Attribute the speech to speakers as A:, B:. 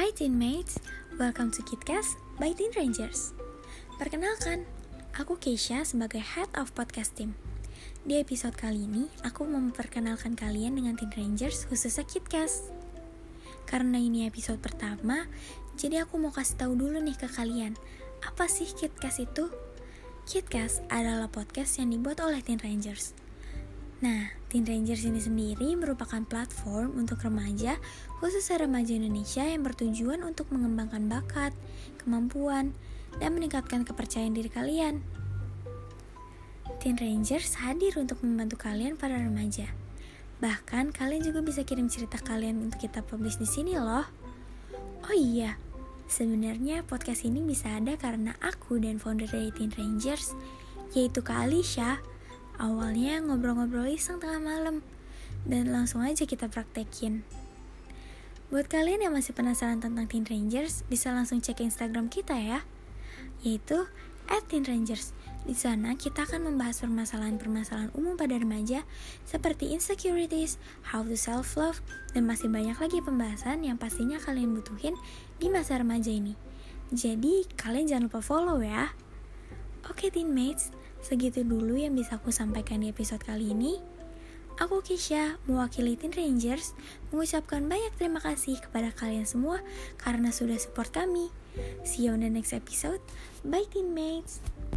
A: Hai teammates, welcome to KidCast by Teen Rangers. Perkenalkan, aku Keisha sebagai Head of Podcast Team. Di episode kali ini, aku mau memperkenalkan kalian dengan Teen Rangers khususnya KidCast. Karena ini episode pertama, jadi aku mau kasih tahu dulu nih ke kalian, apa sih KidCast itu? KidCast adalah podcast yang dibuat oleh Teen Rangers. Nah, Teen Rangers ini sendiri merupakan platform untuk remaja, khususnya remaja Indonesia yang bertujuan untuk mengembangkan bakat, kemampuan, dan meningkatkan kepercayaan diri kalian. Teen Rangers hadir untuk membantu kalian para remaja. Bahkan kalian juga bisa kirim cerita kalian untuk kita publish di sini loh. Oh iya, sebenarnya podcast ini bisa ada karena aku dan founder dari Teen Rangers, yaitu Kak Alisha. Awalnya ngobrol-ngobrol iseng tengah malam, dan langsung aja kita praktekin. Buat kalian yang masih penasaran tentang Teen Rangers, bisa langsung cek Instagram kita ya, yaitu @teenrangers. Di sana kita akan membahas permasalahan-permasalahan umum pada remaja seperti insecurities, how to self-love, dan masih banyak lagi pembahasan yang pastinya kalian butuhin di masa remaja ini. Jadi kalian jangan lupa follow ya. Oke teammates, segitu dulu yang bisa aku sampaikan di episode kali ini. Aku Keisha, mewakili Teen Rangers, mengucapkan banyak terima kasih kepada kalian semua karena sudah support kami. See you on the next episode. Bye teammates.